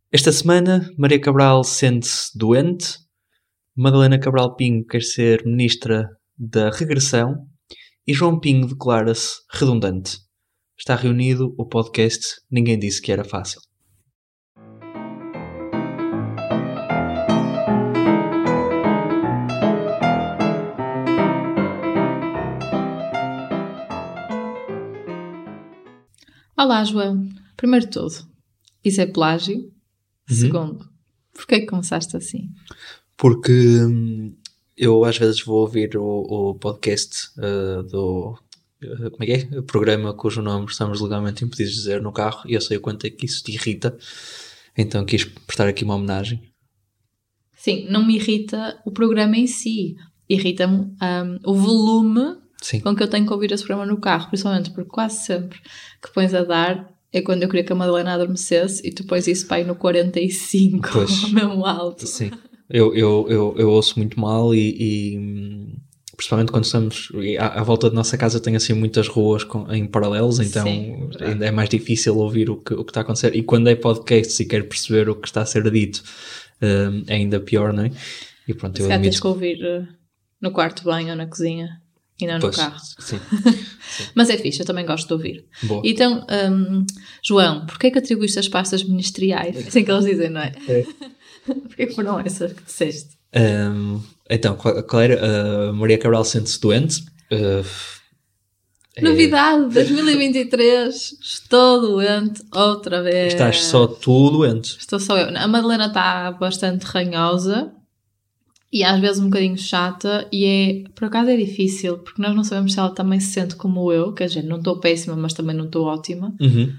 Esta semana, Maria Cabral sente-se doente, Madalena Cabral Pinho quer ser ministra da regressão e João Pinho declara-se redundante. Está reunido o podcast Ninguém Disse Que Era Fácil. Olá, João. Primeiro de tudo, isso é plágio? Segundo, porquê que começaste assim? Porque eu às vezes vou ouvir o podcast do... como é que é? O programa cujo nome estamos legalmente impedidos de dizer no carro e eu sei o quanto é que isso te irrita. Então quis prestar aqui uma homenagem. Sim, não me irrita o programa em si. Irrita-me o volume com que eu tenho que ouvir esse programa no carro. Principalmente porque quase sempre que pões a dar é quando eu queria que a Madalena adormecesse e tu pões isso para aí no 45, mesmo alto. Sim, eu ouço muito mal e principalmente quando estamos à volta da nossa casa tem assim muitas ruas em paralelos, então ainda é mais difícil ouvir o que está a acontecer. E quando é podcast e quero perceber o que está a ser dito, é ainda pior, não é? E pronto, eu tens que ouvir no quarto de banho ou na cozinha e não no carro. Sim. Mas é fixe, eu também gosto de ouvir. Boa. Então, João, porquê que atribuíste as pastas ministeriais? É assim que eles dizem, não é? Porquê que foram essas que disseste? Então, qual era? Maria Cabral sente-se doente. Novidade, 2023, estou doente outra vez. Estás só tu doente. Estou só eu. A Madalena está bastante ranhosa e às vezes um bocadinho chata e por acaso é difícil, porque nós não sabemos se ela também se sente como eu, quer dizer, não estou péssima, mas também não estou ótima.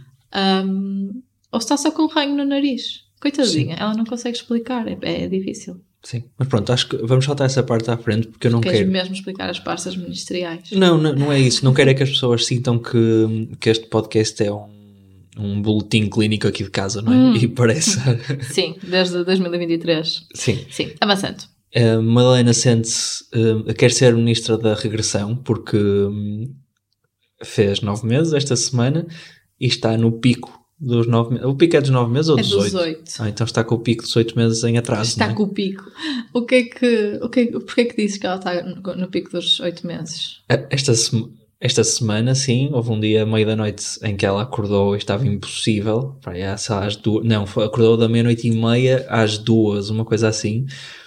Ou está só com um ranho no nariz. Coitadinha, ela não consegue explicar, é difícil. Sim, mas pronto, acho que vamos saltar essa parte à frente porque eu não quero... Queres mesmo explicar as pastas ministeriais? Não é isso. Não quero é que as pessoas sintam que este podcast é um boletim clínico aqui de casa, não é? E parece... Sim, desde 2023. Sim. Avançando. Madalena sente-se... quer ser ministra da regressão porque fez 9 meses esta semana e está no pico dos 9 meses. O pico é dos 9 meses ou dos 8? 8. Então está com o pico dos 8 meses em atraso. Está com o pico. Porquê que dizes que ela está no pico dos 8 meses? Esta semana, sim, houve um dia, meio da noite, em que ela acordou e estava impossível. Às 2. Não, acordou da 00:30 às 2, uma coisa assim.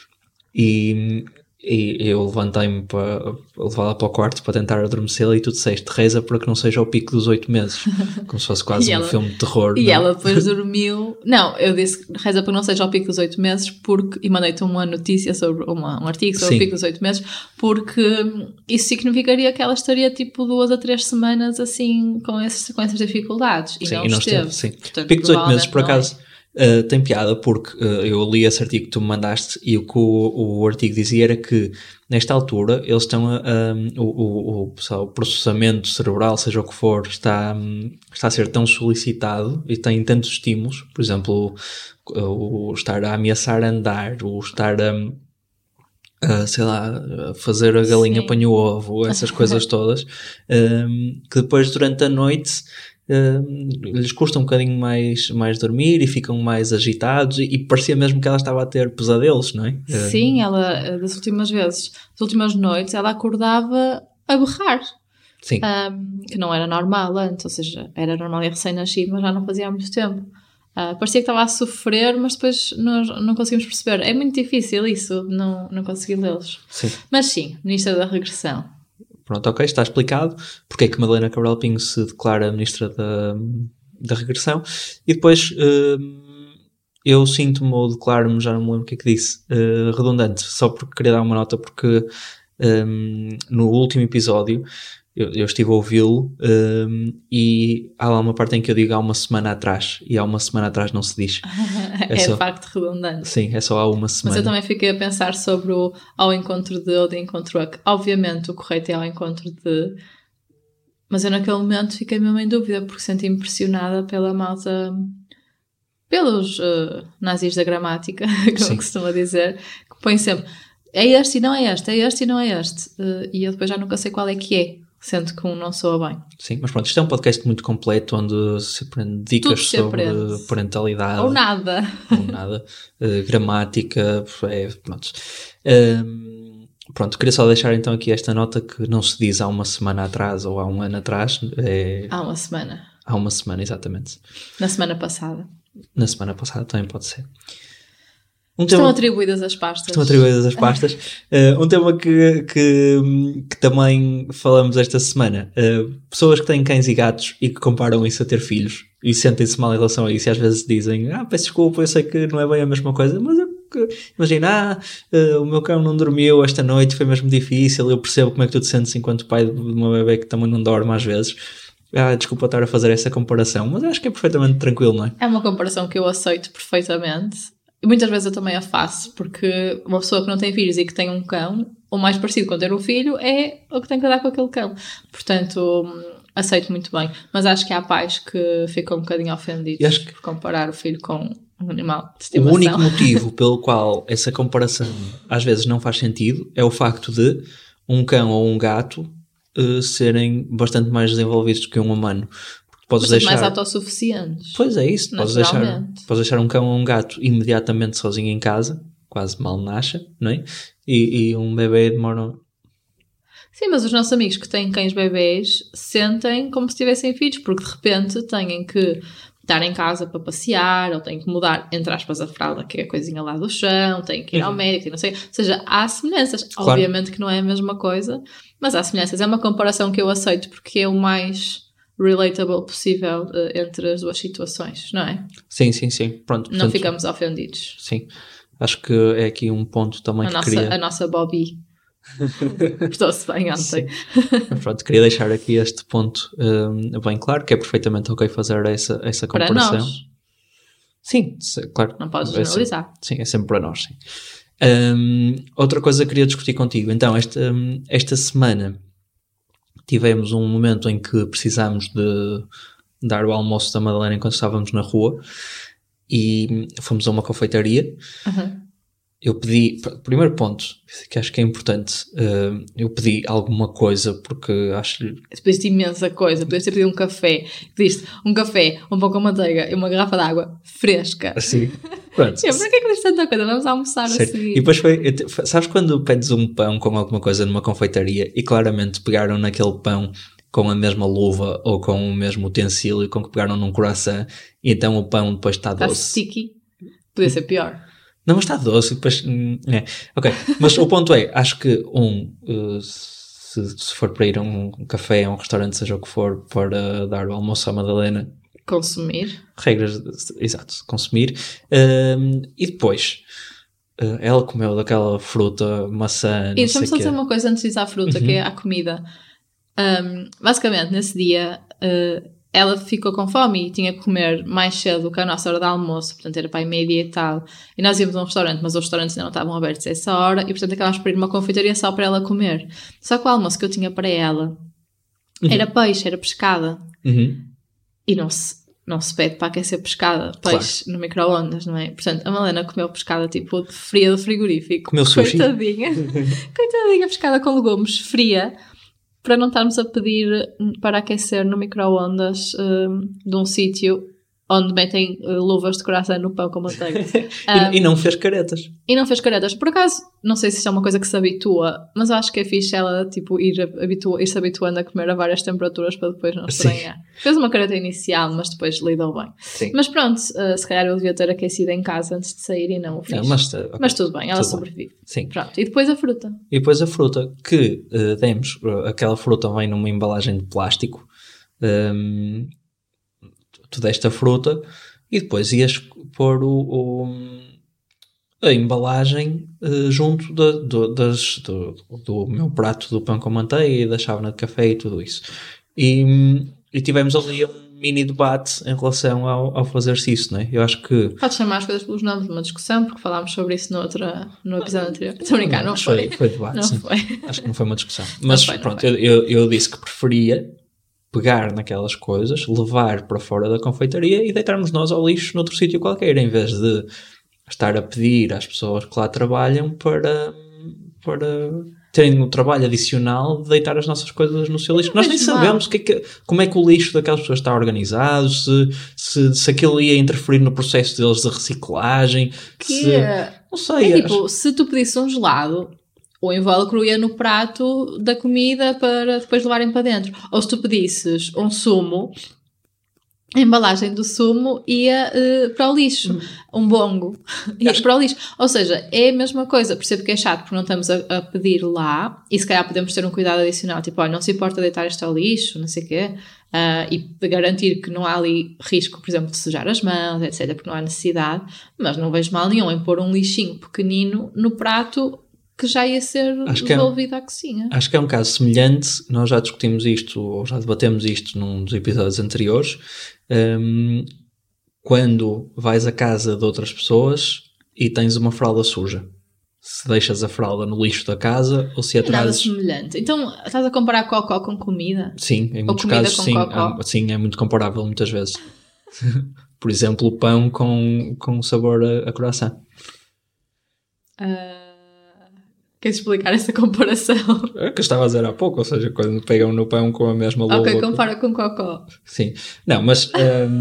E eu levantei-me para levá-la para o quarto para tentar adormecê-la e tu disseste, reza para que não seja o pico dos 8 meses, como se fosse quase um filme de terror. E ela depois dormiu. Não, eu disse reza para que não seja o pico dos 8 meses e mandei-te uma notícia sobre um artigo sobre o pico dos 8 meses, porque isso significaria que ela estaria tipo 2 a 3 semanas assim com essas dificuldades e não esteve. Sim. Portanto, pico dos 8 meses, por acaso. Tem piada porque eu li esse artigo que tu me mandaste e o que o artigo dizia era que nesta altura eles estão o processamento cerebral, seja o que for, está a ser tão solicitado e tem tantos estímulos, por exemplo o estar a ameaçar andar, o estar sei lá, fazer a galinha apanha o ovo, essas coisas todas, que depois durante a noite lhes custa um bocadinho mais dormir e ficam mais agitados e parecia mesmo que ela estava a ter pesadelos, não é? Sim, ela, das últimas noites, ela acordava a berrar. Sim. Que não era normal antes, ou seja, era normal e recém-nascido, mas já não fazia há muito tempo. Parecia que estava a sofrer, mas depois nós não conseguimos perceber. É muito difícil isso, não consegui lê-los. Sim. Mas sim, ministra da regressão. Pronto, ok, está explicado porque é que Madalena Cabral Pinho se declara ministra da regressão e depois eu sinto-me ou declaro-me, já não me lembro o que é que disse, redundante, só porque queria dar uma nota porque no último episódio eu estive a ouvi-lo e há lá uma parte em que eu digo há uma semana atrás e há uma semana atrás não se diz. É só, de facto redundante. Sim, é só há uma semana. Mas eu também fiquei a pensar sobre o ao encontro de ou de encontro a. Obviamente o correto é ao encontro de, mas eu naquele momento fiquei mesmo em dúvida porque senti-me impressionada pela malta, pelos nazis da gramática, como costuma dizer, que põem sempre é este e não é este, é este e não é este, e eu depois já nunca sei qual é que é. sendo que um não soa bem. Sim, mas pronto, isto é um podcast muito completo onde se aprende dicas sobre parentalidade. Ou nada. Ou nada. Gramática, pronto. Pronto, queria só deixar então aqui esta nota que não se diz há uma semana atrás ou há um ano atrás. Há uma semana. Há uma semana, exatamente. Na semana passada. Na semana passada também pode ser. Estão atribuídas as pastas. Estão atribuídas as pastas. Um tema que também falamos esta semana. Pessoas que têm cães e gatos e que comparam isso a ter filhos e sentem-se mal em relação a isso e às vezes dizem, peço desculpa, eu sei que não é bem a mesma coisa, mas imagina, o meu cão não dormiu esta noite, foi mesmo difícil, eu percebo como é que tu te sentes enquanto pai de uma bebê que também não dorme às vezes. Desculpa estar a fazer essa comparação, mas acho que é perfeitamente tranquilo, não é? É uma comparação que eu aceito perfeitamente. E muitas vezes eu também a faço, porque uma pessoa que não tem filhos e que tem um cão, o mais parecido com ter um filho é o que tem que dar com aquele cão. Portanto, aceito muito bem. Mas acho que há pais que ficam um bocadinho ofendidos por comparar o filho com um animal de estimação. O único motivo pelo qual essa comparação às vezes não faz sentido é o facto de um cão ou um gato serem bastante mais desenvolvidos do que um humano. Podes deixar mais autossuficientes. Pois é isso, podes deixar um cão ou um gato imediatamente sozinho em casa, quase mal nasce, não é? E um bebê demora... Sim, mas os nossos amigos que têm cães bebês sentem como se tivessem filhos, porque de repente têm que estar em casa para passear, ou têm que mudar, entre aspas, a fralda, que é a coisinha lá do chão, têm que ir ao médico e não sei. Ou seja, há semelhanças. Claro. Obviamente que não é a mesma coisa, mas há semelhanças. É uma comparação que eu aceito porque é o mais relatable possível entre as duas situações, não é? Sim. Pronto, portanto, não ficamos ofendidos. Sim. Acho que é aqui um ponto também A nossa Bobby estou-se bem ontem. Pronto, queria deixar aqui este ponto bem claro, que é perfeitamente ok fazer essa comparação. Para nós. Sim, claro. Não podes generalizar. Sim, é sempre para nós, sim. Outra coisa que queria discutir contigo. Então, esta semana tivemos um momento em que precisámos de dar o almoço da Madalena enquanto estávamos na rua e fomos a uma confeitaria. Uhum. Eu pedi, primeiro ponto, que acho que é importante, eu pedi alguma coisa porque acho... Tu pediste imensa coisa, podias ter pedido um café, pediste um café, um pão com manteiga e uma garrafa de água fresca. Sim, pronto. Por que pediste tanta coisa? Vamos almoçar a seguir. E depois sabes quando pedes um pão com alguma coisa numa confeitaria e claramente pegaram naquele pão com a mesma luva ou com o mesmo utensílio com que pegaram num croissant e então o pão depois está doce. Está sticky. Podia ser pior. Não, mas está doce, depois... Ok, mas o ponto é, acho que se for para ir a um café, a um restaurante, seja o que for, para dar o almoço à Madalena... Consumir. Regras, exato, consumir. E depois, ela comeu daquela fruta, maçã, e deixa-me só dizer uma coisa antes de ir à fruta, que é a comida. Basicamente, nesse dia... ela ficou com fome e tinha que comer mais cedo do que a nossa hora de almoço, portanto era para aí meio-dia e tal, e nós íamos a um restaurante, mas os restaurantes ainda não estavam abertos a essa hora, e portanto acabámos por ir numa confeitaria só para ela comer. Só que o almoço que eu tinha para ela era peixe, era pescada, e não se pede para aquecer pescada, peixe no micro-ondas, não é? Portanto, a Malena comeu pescada tipo fria do frigorífico. Comeu sushi. Coitadinha, pescada com legumes, fria, para não estarmos a pedir para aquecer no micro-ondas de um sítio onde metem luvas de croissant no pão com manteiga. E não fez caretas. Por acaso, não sei se isso é uma coisa que se habitua, mas eu acho que é fixe ela tipo, ir-se habituando a comer a várias temperaturas para depois não estranhar. Fez uma careta inicial, mas depois lidou bem. Sim. Mas pronto, se calhar eu devia ter aquecido em casa antes de sair e não o fiz. Mas tudo bem, ela sobrevive. Sim. Pronto. E depois a fruta. Que demos, aquela fruta vem numa embalagem de plástico. Tu deste a fruta e depois ias pôr a embalagem junto do meu prato do pão com manteiga e da chávena de café e tudo isso. E tivemos ali um mini debate em relação ao fazer-se isso, não é? Eu acho que... Podes chamar as coisas pelos nomes de uma discussão, porque falámos sobre isso no episódio anterior. Estou a brincar, não foi. Foi debate, não sim. Foi. Acho que não foi uma discussão. Mas pronto, eu disse que preferia pegar naquelas coisas, levar para fora da confeitaria e deitarmos nós ao lixo noutro sítio qualquer, em vez de estar a pedir às pessoas que lá trabalham para terem o trabalho adicional de deitar as nossas coisas no seu lixo. Nós nem sabemos como é que o lixo daquelas pessoas está organizado, se aquilo ia interferir no processo deles de reciclagem. Não sei. Tipo, se tu pedisse um gelado, o invólucro ia no prato da comida para depois levarem para dentro. Ou se tu pedisses um sumo, a embalagem do sumo ia para o lixo. Um bongo ia para o lixo. Ou seja, é a mesma coisa. Percebo que é chato porque não estamos a pedir lá e se calhar podemos ter um cuidado adicional. Tipo, olha, não se importa deitar isto ao lixo, não sei o quê. E de garantir que não há ali risco, por exemplo, de sujar as mãos, etc. Porque não há necessidade. Mas não vejo mal nenhum em pôr um lixinho pequenino no prato que já ia ser devolvido à cozinha. Acho que é um caso semelhante. Nós já discutimos isto, ou já debatemos isto num dos episódios anteriores. Quando vais à casa de outras pessoas e tens uma fralda suja, se deixas a fralda no lixo da casa ou se a trazes... Nada semelhante. Então estás a comparar cocó com comida? Sim, em muitos casos sim, é muito comparável muitas vezes. Por exemplo, o pão com sabor a croissant. Queres explicar essa comparação? É que eu estava a dizer há pouco, ou seja, quando pegam no pão com a mesma lula. Ok, compara com cocó. Sim. Não, mas...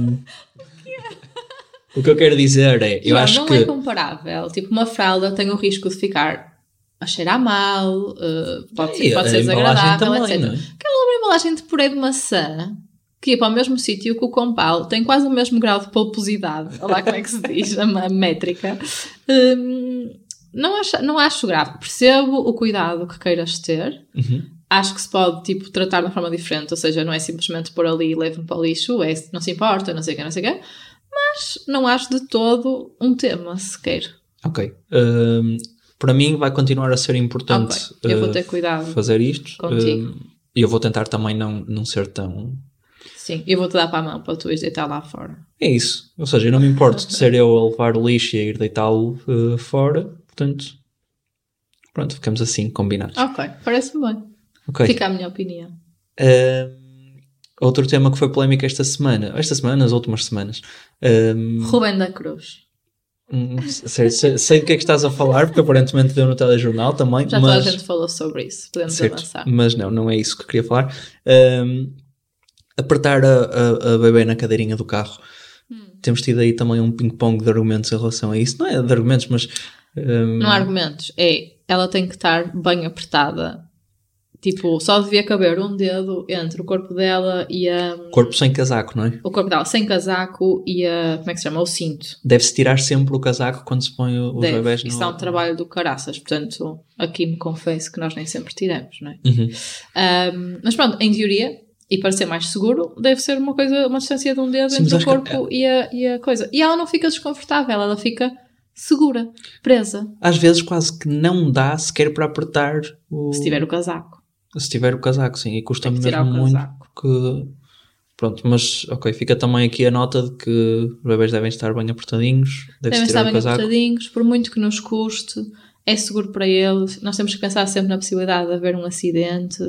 o que eu quero dizer é... Eu acho que não é comparável. Tipo, uma fralda tem o risco de ficar a cheirar mal, pode ser desagradável, também, etc. Aquela embalagem de purê de maçã, que ia para o mesmo sítio que o compal, tem quase o mesmo grau de pulposidade. Olha lá como é que se diz, a métrica. Não acho grave. Percebo o cuidado que queiras ter. Acho que se pode, tipo, tratar de uma forma diferente. Ou seja, não é simplesmente pôr ali e leve-me para o lixo. Não se importa, não sei o quê. Mas não acho de todo um tema, sequer. Ok. Para mim vai continuar a ser importante eu vou ter cuidado fazer isto. E eu vou tentar também não ser tão... Sim, eu vou-te dar para a mão para tu ires deitar lá fora. É isso. Ou seja, eu não me importo de ser eu a levar o lixo e a ir deitá-lo fora. Portanto, pronto, ficamos assim, combinados. Ok, parece-me bem. Okay. Fica a minha opinião. Outro tema que foi polémico esta semana, nas últimas semanas. Rubén da Cruz. Sei do que é que estás a falar, porque aparentemente deu no telejornal também. Já toda a gente falou sobre isso, podemos avançar. Mas não é isso que eu queria falar. Apertar a bebê na cadeirinha do carro. Temos tido aí também um ping-pong de argumentos em relação a isso. Não é de argumentos, mas... Não há argumentos. Ela tem que estar bem apertada. Tipo, só devia caber um dedo entre o corpo dela e a... Corpo sem casaco, não é? O corpo dela sem casaco e a... Como é que se chama? O cinto. Deve-se tirar sempre o casaco quando se põe os bebés no... Isso é um trabalho do caraças. Portanto, aqui me confesso que nós nem sempre tiramos, não é? Mas pronto, em teoria... E para ser mais seguro, deve ser uma distância de um dedo entre o corpo e a coisa. E ela não fica desconfortável, ela fica segura, presa. Às vezes quase que não dá sequer para apertar o... Se tiver o casaco. Se tiver o casaco, sim. E custa-me mesmo muito que... Pronto, mas ok, fica também aqui a nota de que os bebés devem estar bem apertadinhos. Devem estar bem apertadinhos, por muito que nos custe, é seguro para eles. Nós temos que pensar sempre na possibilidade de haver um acidente.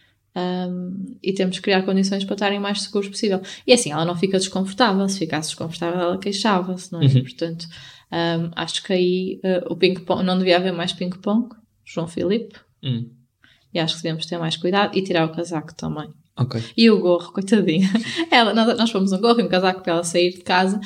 E temos que criar condições para estarem o mais seguros possível. E assim, ela não fica desconfortável. Se ficasse desconfortável, ela queixava-se, não é? Portanto, acho que aí o ping-pong, não devia haver mais ping-pong, João Filipe. E acho que devemos ter mais cuidado e tirar o casaco também. Okay. E o gorro, coitadinha. Nós fomos um gorro e um casaco para ela sair de casa.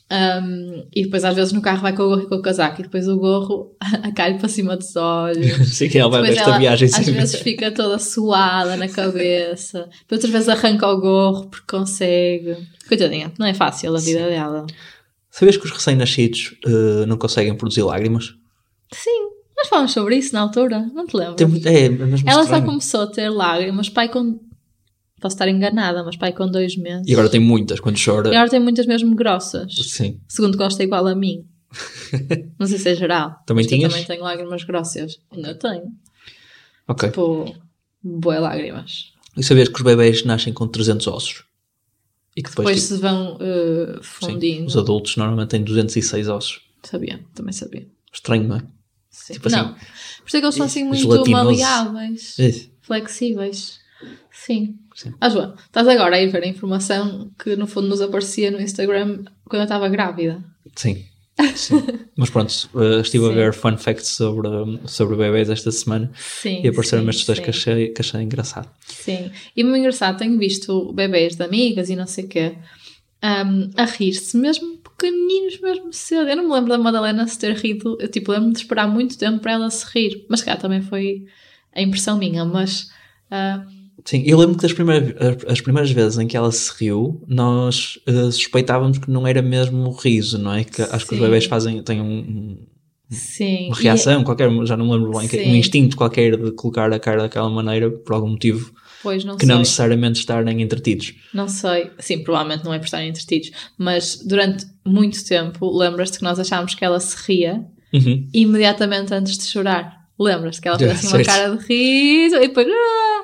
E depois às vezes no carro vai com o gorro e com o casaco e depois o gorro cai para cima dos olhos. Sim, que ela vai desta viagem às vezes fica toda suada na cabeça, depois outras vezes arranca o gorro porque consegue. Coitadinha, não é fácil a vida dela. Sabias que os recém-nascidos não conseguem produzir lágrimas? Sim, nós falamos sobre isso na altura, não te lembro? Ela só começou a ter lágrimas, pai, com... Posso estar enganada, mas pai, com 2 meses. E agora tem muitas, quando chora. E agora tem muitas mesmo grossas. Sim. Segundo gosta igual a mim. Não sei se é geral. Também tinhas? Eu também tenho lágrimas grossas. Ainda tenho. Ok. Tipo, boas lágrimas. E sabias que os bebés nascem com 300 ossos? E que depois se vão fundindo. Sim, os adultos normalmente têm 206 ossos. Também sabia. Estranho, não é? Sim. Tipo assim, não. Por isso é que eles são assim muito maleáveis. Flexíveis. Sim. João, estás agora a ir ver a informação que no fundo nos aparecia no Instagram quando eu estava grávida. Sim. Sim. Mas pronto, estive a ver fun facts sobre bebês esta semana e apareceram estes dois que achei engraçado. Sim, e muito engraçado, tenho visto bebês de amigas e não sei o quê a rir-se mesmo pequeninos, mesmo cedo. Eu não me lembro da Madalena se ter rido, eu lembro-me de esperar muito tempo para ela se rir, mas cá também foi a impressão minha, mas... Sim, eu lembro que as primeiras vezes em que ela se riu, nós suspeitávamos que não era mesmo riso, não é? Que acho que os bebês têm uma reação qualquer, já não me lembro bem, um instinto qualquer de colocar a cara daquela maneira, por algum motivo, não necessariamente estarem entretidos. Não sei, sim, provavelmente não é por estarem entretidos, mas durante muito tempo, lembras-te que nós achávamos que ela se ria imediatamente antes de chorar. Lembras-te que ela fez assim uma cara de riso e depois...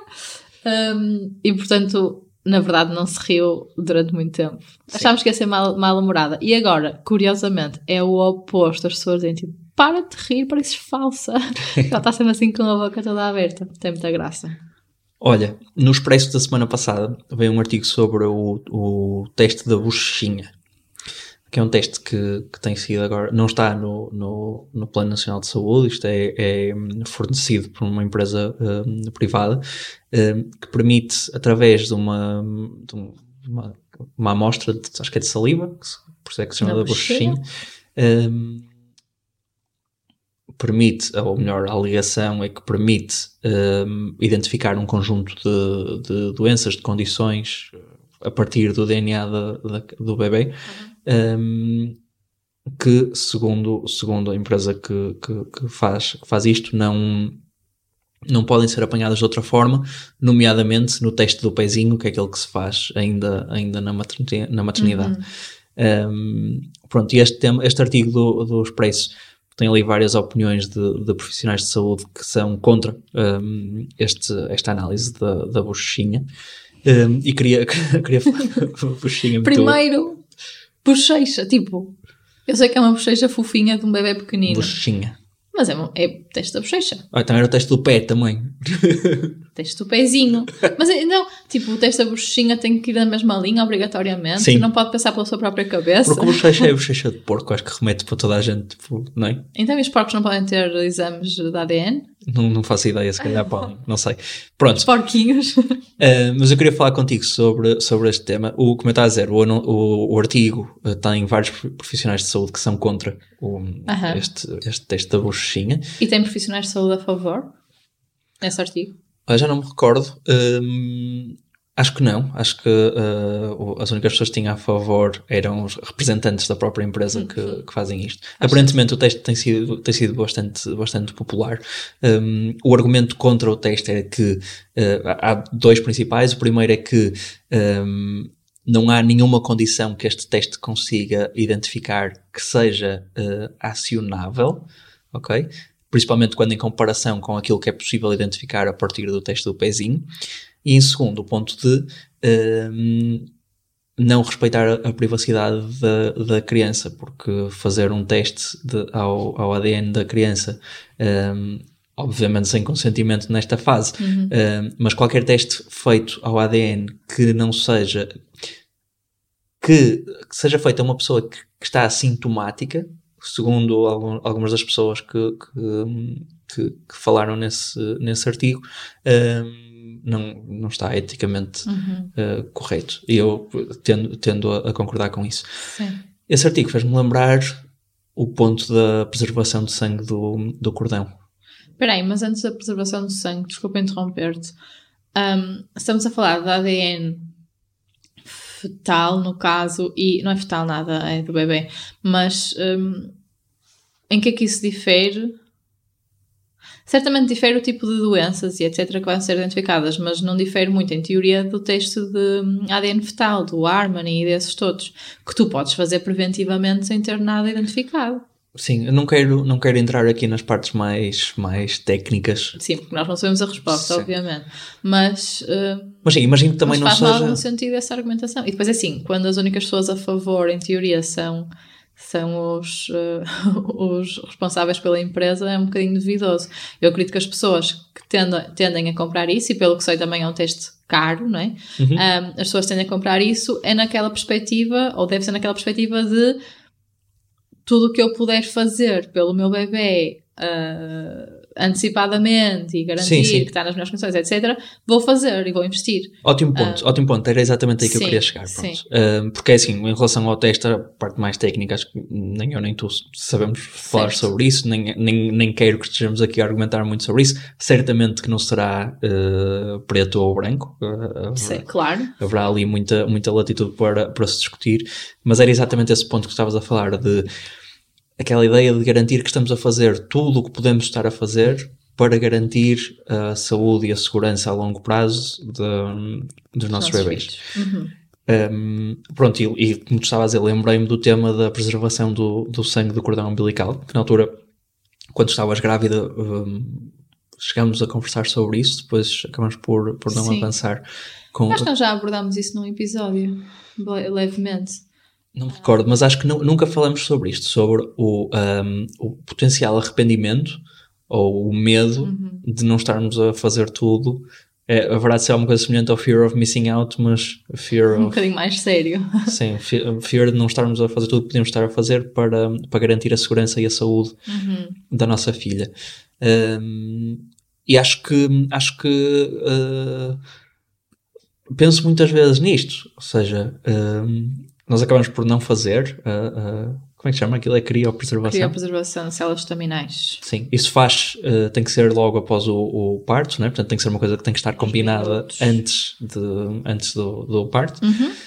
e portanto, na verdade, não se riu durante muito tempo. Achámos que ia ser mal-humorada. E agora, curiosamente, é o oposto. As pessoas dizem tipo, para de rir, pareces falsa. Ela está sempre assim com a boca toda aberta. Tem muita graça. Olha, no Expresso da semana passada veio um artigo sobre o teste da bochechinha, que é um teste que tem sido agora, não está no Plano Nacional de Saúde, isto é fornecido por uma empresa privada, que permite, através de uma amostra, acho que é de saliva, por isso é que se chama da bochechinha, permite, ou melhor, a alegação é que permite identificar um conjunto de doenças, de condições, a partir do DNA do bebê, que segundo a empresa que faz isto, não podem ser apanhadas de outra forma, nomeadamente no teste do pezinho, que é aquele que se faz ainda na maternidade. Pronto, e este artigo do Expresso tem ali várias opiniões de profissionais de saúde que são contra esta análise da bochechinha. E queria falar bochechinha. Primeiro, bochecha, tipo, eu sei que é uma bochecha fofinha de um bebê pequenino. Bochechinha. Mas é teste da bochecha. Também era o teste do pé também. Teste do pezinho. Mas não, tipo, o teste da bochechinha tem que ir na mesma linha, obrigatoriamente. Sim. Não pode pensar pela sua própria cabeça. Porque a bochecha é a bochecha de porco, acho que remete para toda a gente, tipo, não é? Então os porcos não podem ter exames de ADN? Não faço ideia, se calhar podem, não sei. Pronto. Os porquinhos. Mas eu queria falar contigo sobre este tema. Como eu estava a dizer, o artigo tem vários profissionais de saúde que são contra este teste da bochechinha. E tem profissionais de saúde a favor nesse artigo? Eu já não me recordo. Acho que não. Acho que as únicas pessoas que tinham a favor eram os representantes da própria empresa que fazem isto. Aparentemente o teste tem sido bastante popular. O argumento contra o teste era que há dois principais. O primeiro é que não há nenhuma condição que este teste consiga identificar que seja acionável, ok? Principalmente quando em comparação com aquilo que é possível identificar a partir do teste do pezinho. E em segundo, o ponto de não respeitar a privacidade da criança, porque fazer um teste ao ADN da criança, obviamente sem consentimento nesta fase, mas qualquer teste feito ao ADN que não seja... que seja feito a uma pessoa que está assintomática, segundo algumas das pessoas que falaram nesse artigo, não está eticamente correto. E eu tendo a concordar com isso. Sim. Esse artigo fez-me lembrar o ponto da preservação de sangue do cordão. Espera aí, mas antes da preservação do sangue, desculpa interromper-te, estamos a falar de ADN fetal, no caso, e não é fetal nada, é do bebê, mas em que é que isso difere? Certamente difere o tipo de doenças e etc. que vão ser identificadas, mas não difere muito, em teoria, do teste de ADN fetal, do Harmony e desses todos, que tu podes fazer preventivamente sem ter nada identificado. Sim, eu não quero entrar aqui nas partes mais técnicas. Sim, porque nós não sabemos a resposta, sim, obviamente. Mas sim, imagino que também não seja... faz algum sentido essa argumentação. E depois, assim, quando as únicas pessoas a favor, em teoria, são os responsáveis pela empresa, é um bocadinho duvidoso. Eu acredito que as pessoas que tendem a comprar isso, e pelo que sei também é um teste caro, não é? As pessoas tendem a comprar isso, é naquela perspectiva, ou deve ser naquela perspectiva de tudo o que eu puder fazer pelo meu bebê antecipadamente e garantir que está nas melhores condições, etc., vou fazer e vou investir. Ótimo ponto, era exatamente aí que eu queria chegar. Porque é assim, em relação ao teste, a parte mais técnica, acho que nem eu nem tu sabemos falar sobre isso, nem quero que estejamos aqui a argumentar muito sobre isso. Certamente que não será preto ou branco. Claro. Haverá ali muita latitude para se discutir, mas era exatamente esse ponto que estavas a falar, de aquela ideia de garantir que estamos a fazer tudo o que podemos estar a fazer para garantir a saúde e a segurança a longo prazo dos nossos bebês. Pronto, e como tu estavas a dizer, lembrei-me do tema da preservação do sangue do cordão umbilical, que na altura, quando estavas grávida, chegámos a conversar sobre isso, depois acabamos por não avançar. Acho que nós já abordámos isso num episódio, levemente. Não me recordo, mas acho que nunca falamos sobre isto, sobre o potencial arrependimento ou o medo de não estarmos a fazer tudo. Haverá de ser alguma coisa semelhante ao fear of missing out, mas fear um bocadinho mais sério. Sim, fear de não estarmos a fazer tudo o que podemos estar a fazer para garantir a segurança e a saúde da nossa filha. E acho que penso muitas vezes nisto, ou seja, nós acabamos por não fazer, como é que se chama? Aquilo é criopreservação. Criopreservação de células estaminais. Sim, isso tem que ser logo após o parto, né? Portanto tem que ser uma coisa que tem que estar combinada antes do parto.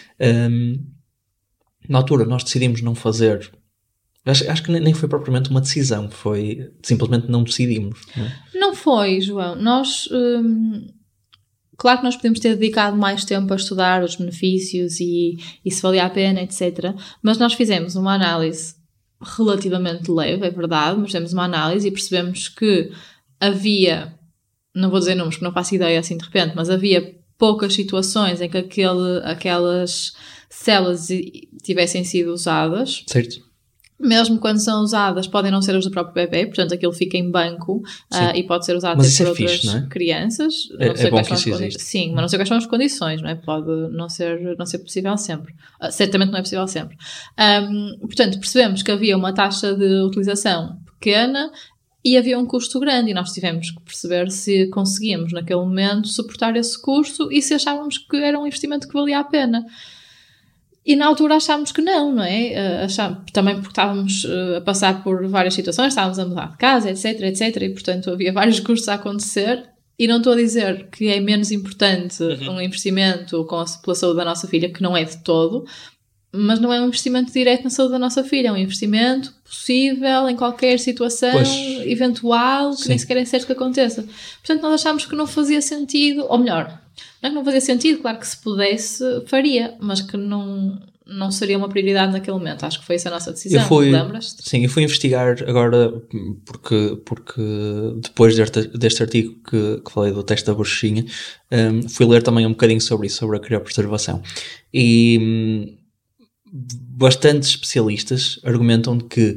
Na altura nós decidimos não fazer, acho que nem foi propriamente uma decisão, foi simplesmente não decidimos. Não foi, João, nós... Claro que nós podemos ter dedicado mais tempo a estudar os benefícios e se valia a pena, etc. Mas nós fizemos uma análise relativamente leve, é verdade, mas fizemos uma análise e percebemos que havia, não vou dizer números porque não faço ideia assim de repente, mas havia poucas situações em que aquelas células tivessem sido usadas. Certo. Mesmo quando são usadas, podem não ser as do próprio bebê, portanto aquilo fica em banco e pode ser usado por outras crianças. Não sei quais são as condições. Sim, mas não sei quais são as condições, não é? Pode não ser possível sempre. Certamente não é possível sempre. Portanto, percebemos que havia uma taxa de utilização pequena e havia um custo grande, e nós tivemos que perceber se conseguíamos naquele momento suportar esse custo e se achávamos que era um investimento que valia a pena. E na altura achámos que não é? Também porque estávamos a passar por várias situações, estávamos a mudar de casa, etc, e portanto havia vários custos a acontecer, e não estou a dizer que é menos importante um investimento pela saúde da nossa filha, que não é de todo, mas não é um investimento direto na saúde da nossa filha, é um investimento possível em qualquer situação eventual, que nem sequer é certo que aconteça. Portanto, nós achámos que não fazia sentido, ou melhor, não é que não fazia sentido, claro que se pudesse faria, mas que não seria uma prioridade naquele momento. Acho que foi essa a nossa decisão, lembras-te? Sim, eu fui investigar agora, porque depois deste artigo que falei do teste da bruxinha, fui ler também um bocadinho sobre isso, sobre a criopreservação. E bastantes especialistas argumentam de que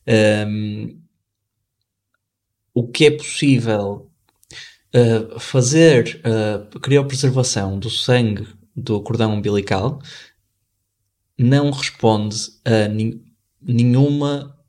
o que é possível fazer a criopreservação do sangue do cordão umbilical não responde a nenhum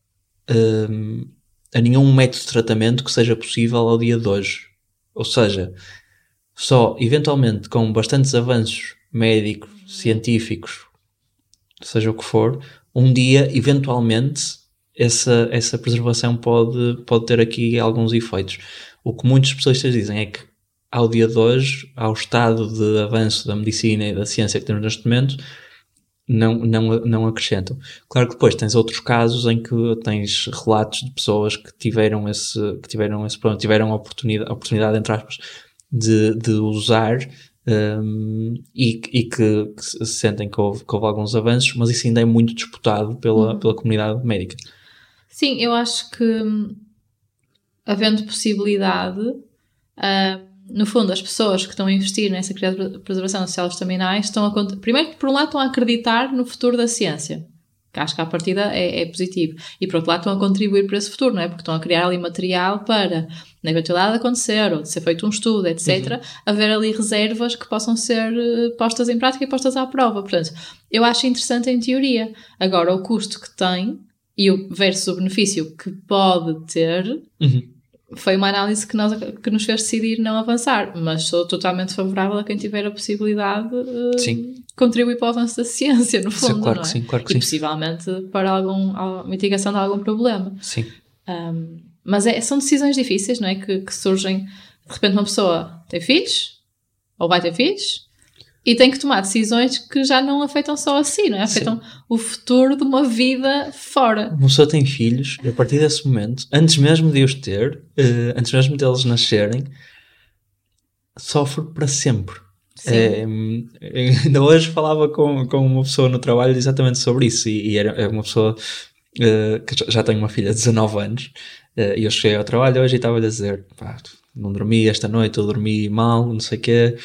método de tratamento que seja possível ao dia de hoje. Ou seja, só eventualmente com bastantes avanços médicos, científicos, seja o que for, um dia, eventualmente, essa preservação pode ter aqui alguns efeitos. O que muitos especialistas dizem é que, ao dia de hoje, ao estado de avanço da medicina e da ciência que temos neste momento, não acrescentam. Claro que depois tens outros casos em que tens relatos de pessoas que tiveram esse problema, tiveram a oportunidade, entre aspas, de usar e que se sentem que houve alguns avanços, mas isso ainda é muito disputado pela comunidade médica. Sim, eu acho que havendo possibilidade, no fundo, as pessoas que estão a investir nessa preservação das células estaminais primeiro, por um lado, estão a acreditar no futuro da ciência, que acho que à partida é positivo, e por outro lado estão a contribuir para esse futuro, não é? Porque estão a criar ali material para, na eventualidade de acontecer, ou de ser feito um estudo, etc., haver ali reservas que possam ser postas em prática e postas à prova. Portanto, eu acho interessante em teoria. Agora, o custo que tem e versus o benefício que pode ter, foi uma análise que nos fez decidir não avançar, mas sou totalmente favorável a quem tiver a possibilidade de contribuir para o avanço da ciência, no fundo, claro não é? Que sim, claro que e sim. possivelmente para a mitigação de algum problema. Sim. Mas são decisões difíceis, não é? Que surgem, de repente uma pessoa tem filhos, ou vai ter filhos, e tem que tomar decisões que já não afetam só a si, não é? Afetam o futuro de uma vida fora. Uma pessoa tem filhos, e a partir desse momento, antes mesmo de os ter, antes mesmo deles nascerem, sofre para sempre. Ainda hoje falava com uma pessoa no trabalho exatamente sobre isso, e era uma pessoa que já tem uma filha de 19 anos, e eu cheguei ao trabalho hoje e estava-lhe a dizer, pá, não dormi esta noite, eu dormi mal, não sei o quê,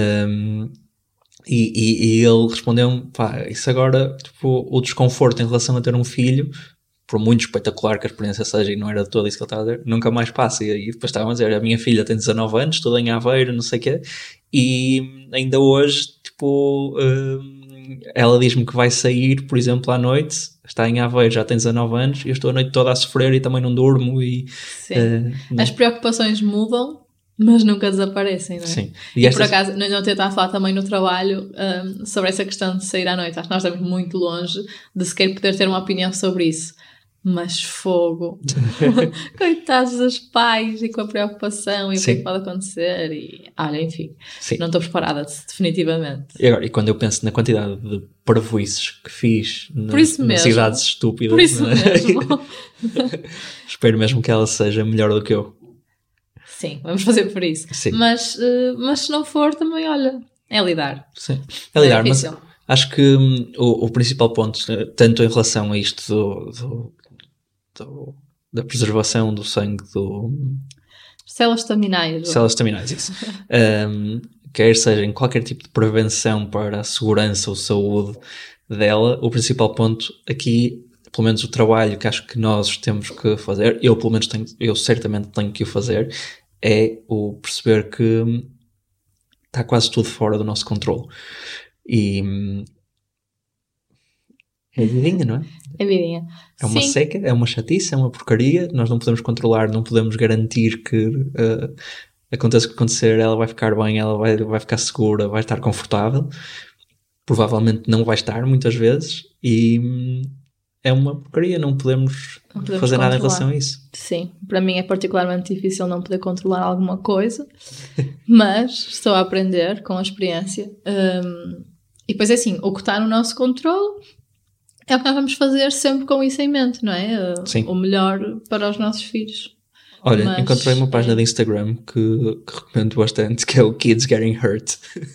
e ele respondeu-me, pá, isso agora, tipo, o desconforto em relação a ter um filho, por muito espetacular que a experiência seja, e não era todo isso que ele estava a dizer, nunca mais passa. E depois estava a dizer, a minha filha tem 19 anos, estuda em Aveiro, não sei o quê, e ainda hoje, tipo, ela diz-me que vai sair, por exemplo, à noite, está em Aveiro, já tem 19 anos, e eu estou a noite toda a sofrer e também não durmo. As preocupações mudam, mas nunca desaparecem, não é? Sim. E por acaso, nós não tentar falar também no trabalho sobre essa questão de sair à noite. Acho que nós estamos muito longe de sequer poder ter uma opinião sobre isso. Mas fogo! Coitados dos pais e com a preocupação e o que é que pode acontecer. E, olha, enfim, não estou preparada definitivamente. E quando eu penso na quantidade de parvoices que fiz nas idades estúpidas, por isso mesmo. Espero mesmo que ela seja melhor do que eu. Sim, vamos fazer por isso. Mas se não for, também, olha, é lidar. Sim, é lidar, mas acho que o principal ponto, tanto em relação a isto da preservação do sangue células staminais. Células staminais, isso. Quer seja em qualquer tipo de prevenção para a segurança ou saúde dela, o principal ponto aqui, pelo menos o trabalho que acho que nós temos que fazer, eu certamente tenho que o fazer, é o perceber que está quase tudo fora do nosso controle. E é vidinha, não é? É vidinha. É uma seca, é uma chatice, é uma porcaria, nós não podemos controlar, não podemos garantir que aconteça o que acontecer, ela vai ficar bem, ela vai ficar segura, vai estar confortável. Provavelmente não vai estar, muitas vezes, e é uma porcaria, não podemos fazer nada em relação a isso. Sim, para mim é particularmente difícil não poder controlar alguma coisa, mas estou a aprender com a experiência. E depois é assim, o que está no nosso controle é o que nós vamos fazer sempre com isso em mente, não é? O melhor para os nossos filhos. Olha, encontrei uma página de Instagram que recomendo bastante, que é o Kids Getting Hurt.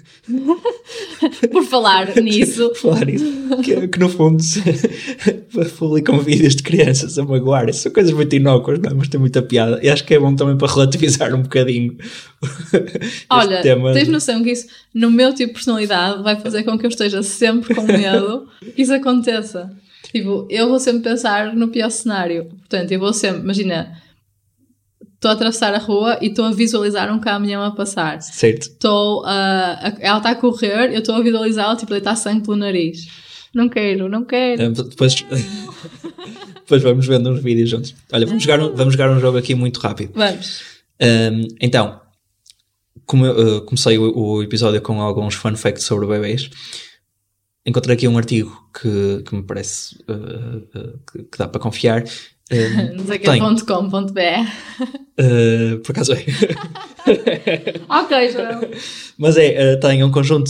Por falar nisso. Que no fundo publicam vídeos de crianças a magoar. São coisas muito inócuas, não é? Mas tem muita piada. E acho que é bom também para relativizar um bocadinho. Olha, tens noção que isso, no meu tipo de personalidade, vai fazer com que eu esteja sempre com medo que isso aconteça. Tipo, eu vou sempre pensar no pior cenário. Portanto, eu vou sempre, imagina, estou a atravessar a rua e estou a visualizar um caminhão a passar. Certo. Ela está a correr, eu estou a visualizá-la, tipo, deitar sangue pelo nariz. Não quero. Depois vamos vendo uns vídeos juntos. Olha, vamos jogar um jogo aqui muito rápido. Vamos. Então, como eu comecei o episódio com alguns fun facts sobre bebês, encontrei aqui um artigo que me parece que dá para confiar. Não sei que é .com.br. Por acaso é. Ok, João. Mas tem um conjunto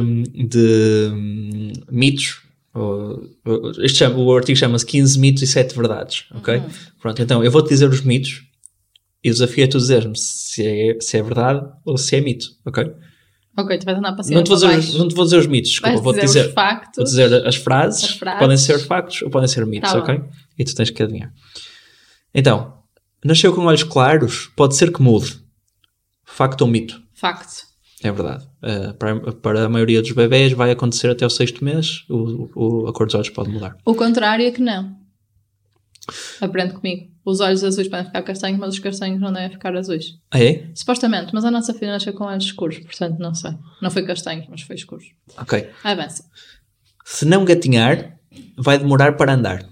de mitos. O artigo chama-se 15 mitos e 7 verdades. Ok? Pronto, então eu vou-te dizer os mitos e o desafio é tu dizer-me se é verdade ou se é mito. Ok? Ok, tu vais andar para cima. Não te vou dizer os mitos, desculpa, vou-te dizer os factos. Vou dizer as frases, podem ser factos ou podem ser mitos, tá, ok? E tu tens que adivinhar. Então, nasceu com olhos claros, pode ser que mude. Facto ou mito? Facto. É verdade. Para a maioria dos bebés vai acontecer até o 6º mês, a cor dos olhos pode mudar. O contrário é que não. Aprende comigo. Os olhos azuis podem ficar castanhos, mas os castanhos não devem ficar azuis. Ah, é? Supostamente, mas a nossa filha nasceu com olhos escuros, portanto não sei. Não foi castanhos, mas foi escuros. Ok. Avança. Se não gatinhar, vai demorar para andar.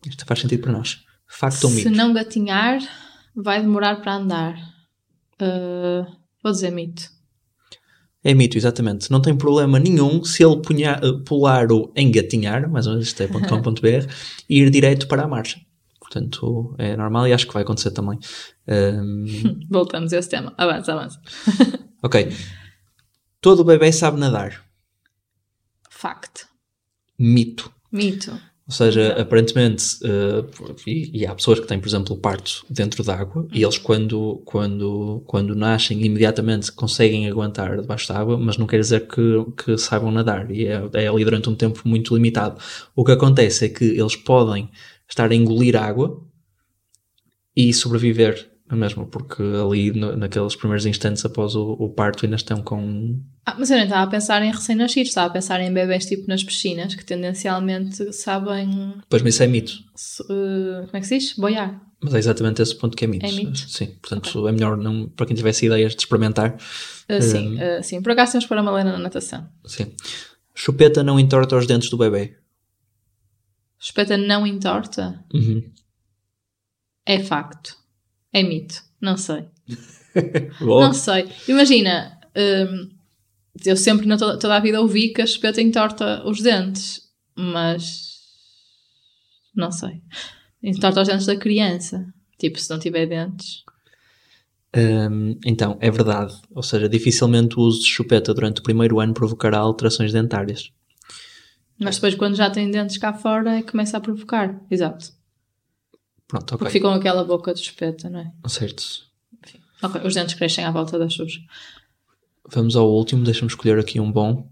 Isto faz sentido para nós. Facto ou mito? Se não gatinhar, vai demorar para andar. Vou dizer mito. É mito, exatamente. Não tem problema nenhum se ele pular o engatinhar, mais ou menos isto é .com.br, e ir direto para a marcha. Portanto, é normal e acho que vai acontecer também. Voltamos a esse tema. Avança. Ok. Todo bebê sabe nadar. Facto. Mito. Ou seja, aparentemente, e há pessoas que têm, por exemplo, parto dentro d'água e eles quando nascem imediatamente conseguem aguentar debaixo d'água, mas não quer dizer que saibam nadar e é ali durante um tempo muito limitado. O que acontece é que eles podem estar a engolir água e sobreviver mesmo, porque ali naqueles primeiros instantes após o parto ainda estão com... mas eu nem estava a pensar em recém-nascidos, estava a pensar em bebés tipo nas piscinas, que tendencialmente sabem... Pois, mas isso é mito. Como é que se diz? Boiar. Mas é exatamente esse ponto que é mito. É mito? Sim, portanto é melhor não, para quem tivesse ideias de experimentar. Sim, por acaso temos para uma Malena na natação. Sim. Chupeta não entorta os dentes do bebê. Chupeta não entorta? Uhum. É facto. É mito. Não sei. Não sei. Imagina, eu sempre toda a vida ouvi que a chupeta entorta os dentes, mas não sei. Entorta os dentes da criança. Tipo, se não tiver dentes. Então, é verdade. Ou seja, dificilmente o uso de chupeta durante o primeiro ano provocará alterações dentárias. Mas depois, quando já tem dentes cá fora, é que começa a provocar. Exato. Pronto, ok. Porque ficam aquela boca de chupeta, não é? Certo. Enfim. Ok, os dentes crescem à volta das suas. Vamos ao último, deixa-me escolher aqui um bom.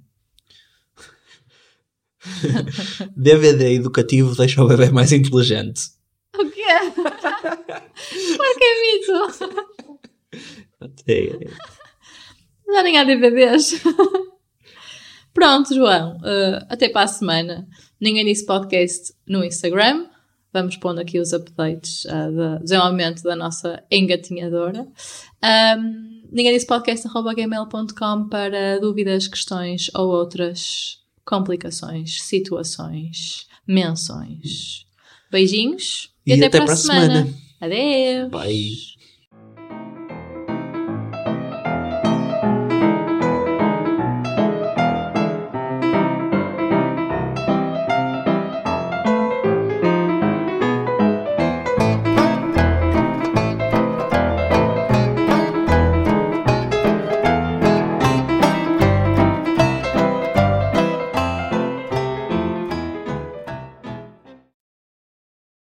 DVD educativo deixa o bebê mais inteligente. O quê? Claro que é mito. Já nem há DVDs. Pronto, João. Até para a semana. Ninguém Disse Podcast no Instagram. Vamos pondo aqui os updates do desenvolvimento da nossa engatinhadora. Ninguém Disse Podcast@gmail.com para dúvidas, questões ou outras complicações, situações, menções. Beijinhos e até para a semana. Adeus. Bye.